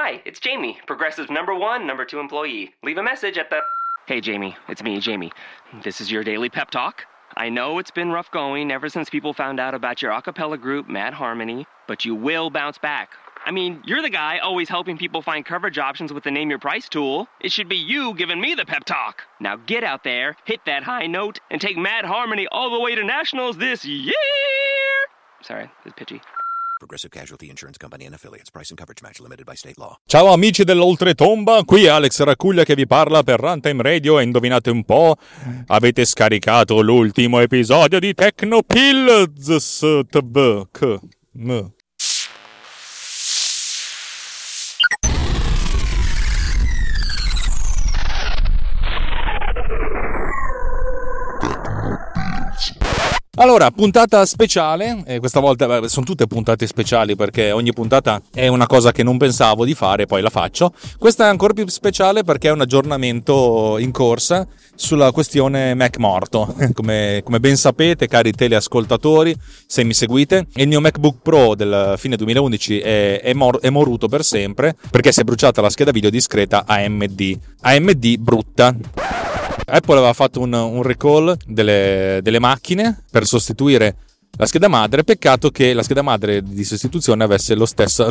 Hi, it's Jamie, Progressive's number 1, number 2 employee. Leave a message at the... Hey, Jamie, it's me, Jamie. This is your daily pep talk. I know it's been rough going ever since people found out about your a cappella group, Mad Harmony, but you will bounce back. I mean, you're the guy always helping people find coverage options with the Name Your Price tool. It should be you giving me the pep talk. Now get out there, hit that high note, and take Mad Harmony all the way to nationals this year! Sorry, it's pitchy. Progressive Casualty Insurance Company and Affiliates. Price and coverage match limited by state law. Ciao amici dell'oltretomba, qui Alex Racuglia che vi parla per Runtime Radio e indovinate un po', avete scaricato l'ultimo episodio di Technopills. Allora, puntata speciale, questa volta sono tutte puntate speciali perché ogni puntata è una cosa che non pensavo di fare, poi la faccio. Questa è ancora più speciale perché è un aggiornamento in corsa sulla questione Mac morto. Come ben sapete, cari teleascoltatori, se mi seguite, il mio MacBook Pro del fine 2011 è moruto per sempre perché si è bruciata la scheda video discreta AMD brutta. Apple aveva fatto un recall delle macchine per sostituire la scheda madre, peccato che la scheda madre di sostituzione avesse la stessa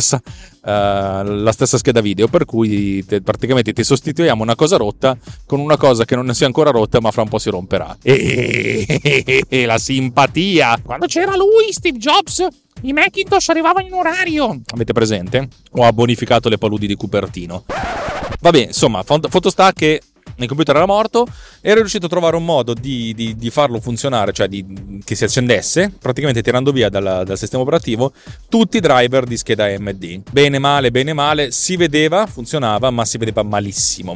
scheda video, per cui praticamente ti sostituiamo una cosa rotta con una cosa che non sia ancora rotta ma fra un po' si romperà. E la simpatia! Quando c'era lui, Steve Jobs, i Macintosh arrivavano in orario. Avete presente? Ho abbonificato le paludi di Cupertino. Vabbè, insomma, foto sta che il computer era morto, ero riuscito a trovare un modo di farlo funzionare, cioè che si accendesse, praticamente tirando via dal sistema operativo tutti i driver di scheda AMD. Bene male, si vedeva, funzionava, ma si vedeva malissimo.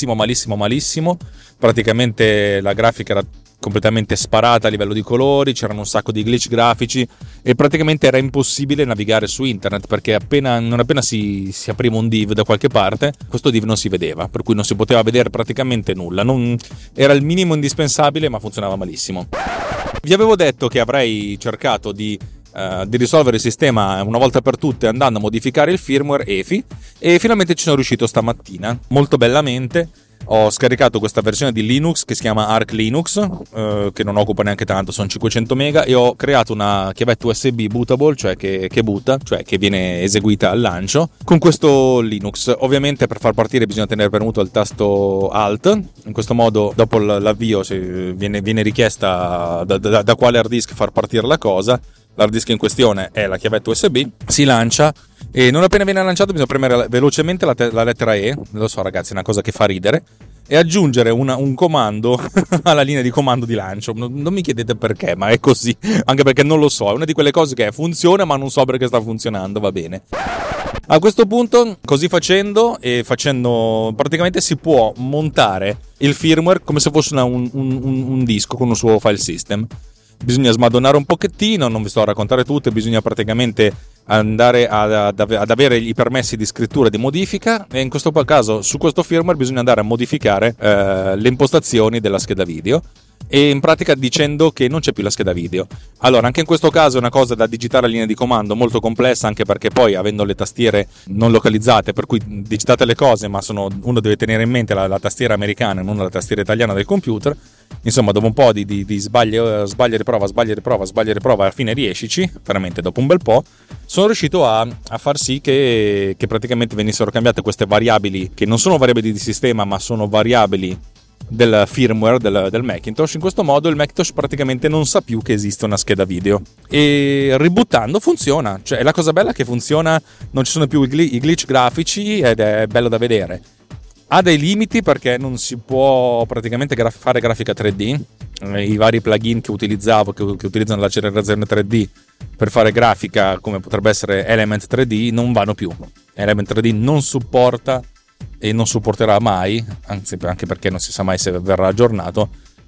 Praticamente la grafica era completamente sparata a livello di colori, c'erano un sacco di glitch grafici e praticamente era impossibile navigare su internet perché non appena si apriva un div da qualche parte, questo div non si vedeva, per cui non si poteva vedere praticamente nulla. Era il minimo indispensabile, ma funzionava malissimo. Vi avevo detto che avrei cercato di risolvere il sistema una volta per tutte andando a modificare il firmware EFI e finalmente ci sono riuscito stamattina, molto bellamente. Ho scaricato questa versione di Linux che si chiama Arch Linux, che non occupa neanche tanto, sono 500 mega, e ho creato una chiavetta USB bootable, cioè che boota, cioè che viene eseguita al lancio con questo Linux. Ovviamente per far partire bisogna tenere premuto il tasto Alt, in questo modo dopo l'avvio viene richiesta da quale hard disk far partire la cosa. L'hard disk in questione è la chiavetta USB, si lancia e non appena viene lanciato bisogna premere velocemente la lettera E, lo so ragazzi, è una cosa che fa ridere, e aggiungere un comando alla linea di comando di lancio. Non mi chiedete perché, ma è così, anche perché non lo so, è una di quelle cose che funziona ma non so perché sta funzionando, va bene. A questo punto, così facendo praticamente si può montare il firmware come se fosse un disco con un suo file system. Bisogna smadonnare un pochettino, non vi sto a raccontare tutto, bisogna praticamente andare ad avere i permessi di scrittura e di modifica, e in questo caso su questo firmware bisogna andare a modificare le impostazioni della scheda video, e in pratica dicendo che non c'è più la scheda video. Allora, anche in questo caso è una cosa da digitare a linea di comando molto complessa, anche perché poi avendo le tastiere non localizzate, per cui digitate le cose, ma uno deve tenere in mente la tastiera americana e non la tastiera italiana del computer. Insomma, dopo un po' di sbaglia, riprova, alla fine riescici, veramente dopo un bel po', sono riuscito a far sì che praticamente venissero cambiate queste variabili, che non sono variabili di sistema, ma sono variabili del firmware del Macintosh. In questo modo il Macintosh praticamente non sa più che esiste una scheda video, e ribootando funziona, cioè la cosa bella è che funziona, non ci sono più i glitch grafici ed è bello da vedere. Ha dei limiti perché non si può praticamente fare grafica 3D. I vari plugin che utilizzavo, che utilizzano l'accelerazione 3D per fare grafica, come potrebbe essere Element 3D, non vanno più. Element 3D non supporta e non supporterà mai, anzi anche perché non si sa mai se verrà aggiornato,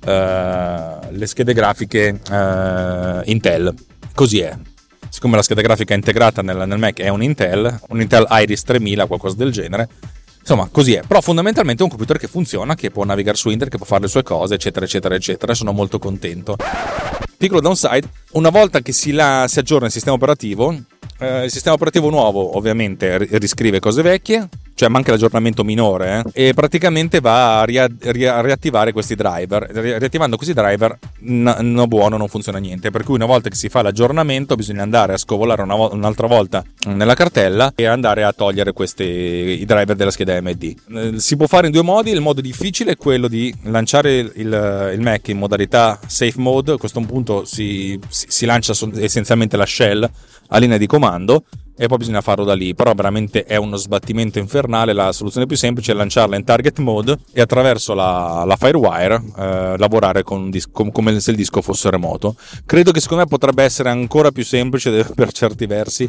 le schede grafiche Intel. Così è. Siccome la scheda grafica integrata nel Mac è un Intel Iris 3000, qualcosa del genere, insomma così è. Però fondamentalmente è un computer che funziona, che può navigare su internet, che può fare le sue cose, eccetera eccetera eccetera. Sono molto contento. Piccolo downside: una volta che si aggiorna il sistema operativo, il sistema operativo nuovo ovviamente riscrive cose vecchie, cioè manca l'aggiornamento minore, e praticamente va a riattivare questi driver. Riattivando questi driver no buono, non funziona niente, per cui una volta che si fa l'aggiornamento bisogna andare a scovolare un'altra volta nella cartella e andare a togliere i driver della scheda AMD. Si può fare in due modi. Il modo difficile è quello di lanciare il Mac in modalità safe mode. A questo punto si lancia essenzialmente la shell a linea di comando e poi bisogna farlo da lì, però veramente è uno sbattimento infernale. La soluzione più semplice è lanciarla in target mode e attraverso la Firewire lavorare come se il disco fosse remoto. Credo che secondo me potrebbe essere ancora più semplice per certi versi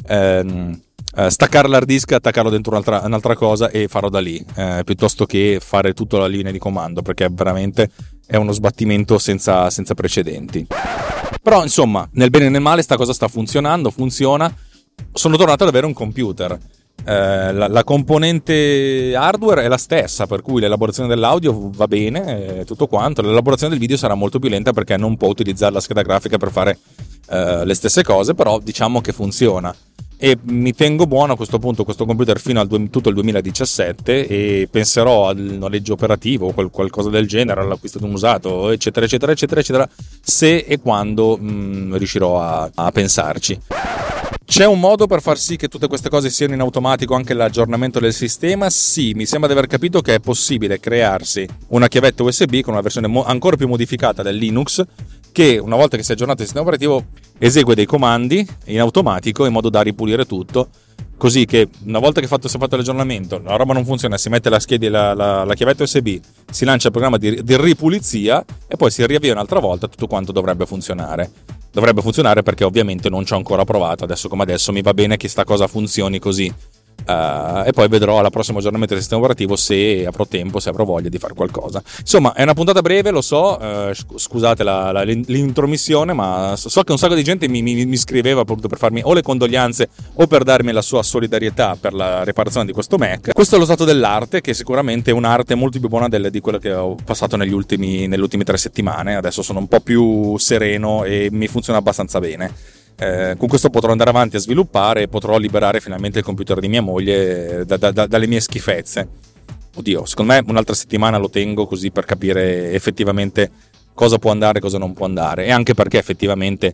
staccare l'hard disk, attaccarlo dentro un'altra cosa e farlo da lì, piuttosto che fare tutta la linea di comando, perché veramente è uno sbattimento senza precedenti. Però insomma, nel bene e nel male sta cosa sta funzionando, funziona. Sono tornato ad avere un computer. La componente hardware è la stessa, per cui l'elaborazione dell'audio va bene, tutto quanto. L'elaborazione del video sarà molto più lenta perché non può utilizzare la scheda grafica per fare le stesse cose, però diciamo che funziona. E mi tengo buono a questo punto questo computer fino al tutto il 2017 e penserò al noleggio operativo o qualcosa del genere, all'acquisto di un usato, eccetera eccetera eccetera eccetera, se e quando riuscirò a pensarci. C'è un modo per far sì che tutte queste cose siano in automatico, anche l'aggiornamento del sistema? Sì, mi sembra di aver capito che è possibile crearsi una chiavetta USB con una versione ancora più modificata del Linux, che una volta che si è aggiornato il sistema operativo esegue dei comandi in automatico in modo da ripulire tutto, così che una volta che si è fatto l'aggiornamento, la roba non funziona, si mette la chiavetta USB, si lancia il programma di ripulizia e poi si riavvia un'altra volta, tutto quanto dovrebbe funzionare. Dovrebbe funzionare perché ovviamente non ci ho ancora provato, adesso come adesso mi va bene che sta cosa funzioni così. E poi vedrò alla prossima aggiornamento del sistema operativo se avrò tempo, se avrò voglia di fare qualcosa. Insomma, è una puntata breve, lo so, scusate l'intromissione, ma so che un sacco di gente mi scriveva appunto per farmi o le condoglianze o per darmi la sua solidarietà per la riparazione di questo Mac. Questo è lo stato dell'arte, che sicuramente è un'arte molto più buona di quella che ho passato nelle ultime 3 settimane. Adesso sono un po' più sereno e mi funziona abbastanza bene. Con questo potrò andare avanti a sviluppare e potrò liberare finalmente il computer di mia moglie dalle mie schifezze. Oddio, secondo me un'altra settimana lo tengo così per capire effettivamente cosa può andare e cosa non può andare, e anche perché effettivamente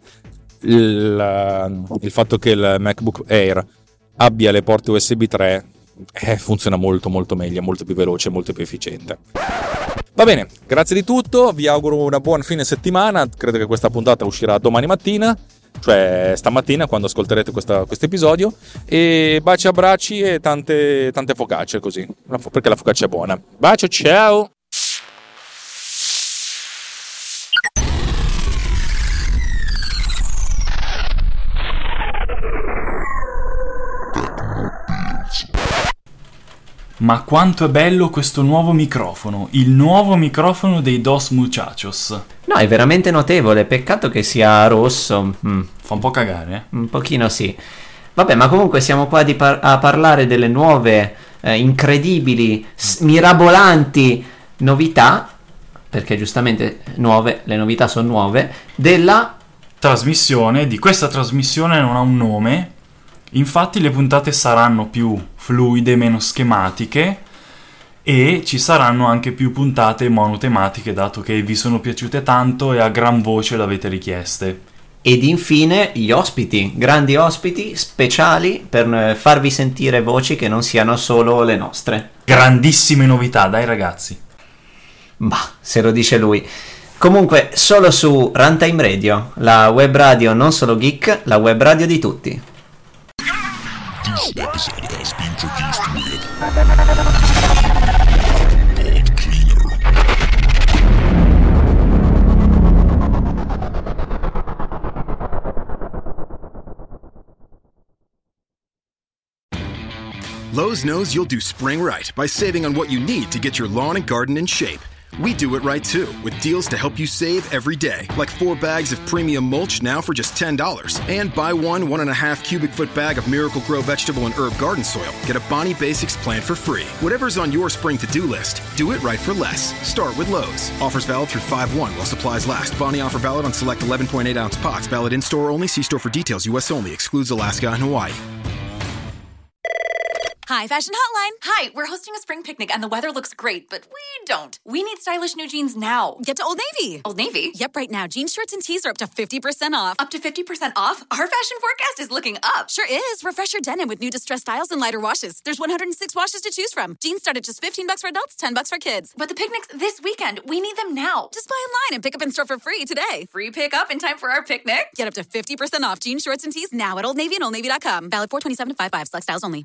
il fatto che il MacBook Air abbia le porte USB 3 funziona molto molto meglio, molto più veloce, molto più efficiente. Va bene, grazie di tutto, vi auguro una buona fine settimana. Credo che questa puntata uscirà domani mattina, cioè stamattina quando ascolterete questo episodio, e baci, abbracci e tante focacce così, perché la focaccia è buona. Bacio, ciao! Ma quanto è bello questo nuovo microfono, il nuovo microfono dei Dos Muchachos. No, è veramente notevole, peccato che sia rosso. Fa un po' cagare, eh? Un pochino sì. Vabbè, ma comunque siamo qua a parlare delle nuove, incredibili, mirabolanti novità, perché giustamente le novità sono nuove, della trasmissione. Di questa trasmissione non ha un nome, infatti le puntate saranno più fluide, meno schematiche, e ci saranno anche più puntate monotematiche, dato che vi sono piaciute tanto e a gran voce l'avete richieste. Ed infine gli ospiti, grandi ospiti speciali per farvi sentire voci che non siano solo le nostre. Grandissime novità, dai ragazzi. Bah, se lo dice lui. Comunque, solo su Runtime Radio, la web radio non solo geek, la web radio di tutti. This episode has been produced with Pod Cleaner. Lowe's knows you'll do spring right by saving on what you need to get your lawn and garden in shape. We do it right too, with deals to help you save every day. Like 4 bags of premium mulch now for just $10. And buy 1.5 cubic foot bag of Miracle-Gro vegetable and herb garden soil. Get a Bonnie Basics plan for free. Whatever's on your spring to-do list, do it right for less. Start with Lowe's. Offers valid through 5/1 while supplies last. Bonnie offer valid on select 11.8 ounce pots. Valid in-store only. See store for details. U.S. only. Excludes Alaska and Hawaii. Hi, Fashion Hotline. Hi, we're hosting a spring picnic and the weather looks great, but we don't. We need stylish new jeans now. Get to Old Navy. Old Navy? Yep, right now. Jeans, shirts, and tees are up to 50% off. Up to 50% off? Our fashion forecast is looking up. Sure is. Refresh your denim with new distressed styles and lighter washes. There's 106 washes to choose from. Jeans start at just $15 for adults, $10 for kids. But the picnic's this weekend. We need them now. Just buy online and pick up in store for free today. Free pickup in time for our picnic? Get up to 50% off jeans, shorts, and tees now at Old Navy and OldNavy.com. Valid 4/27/55. Select styles only.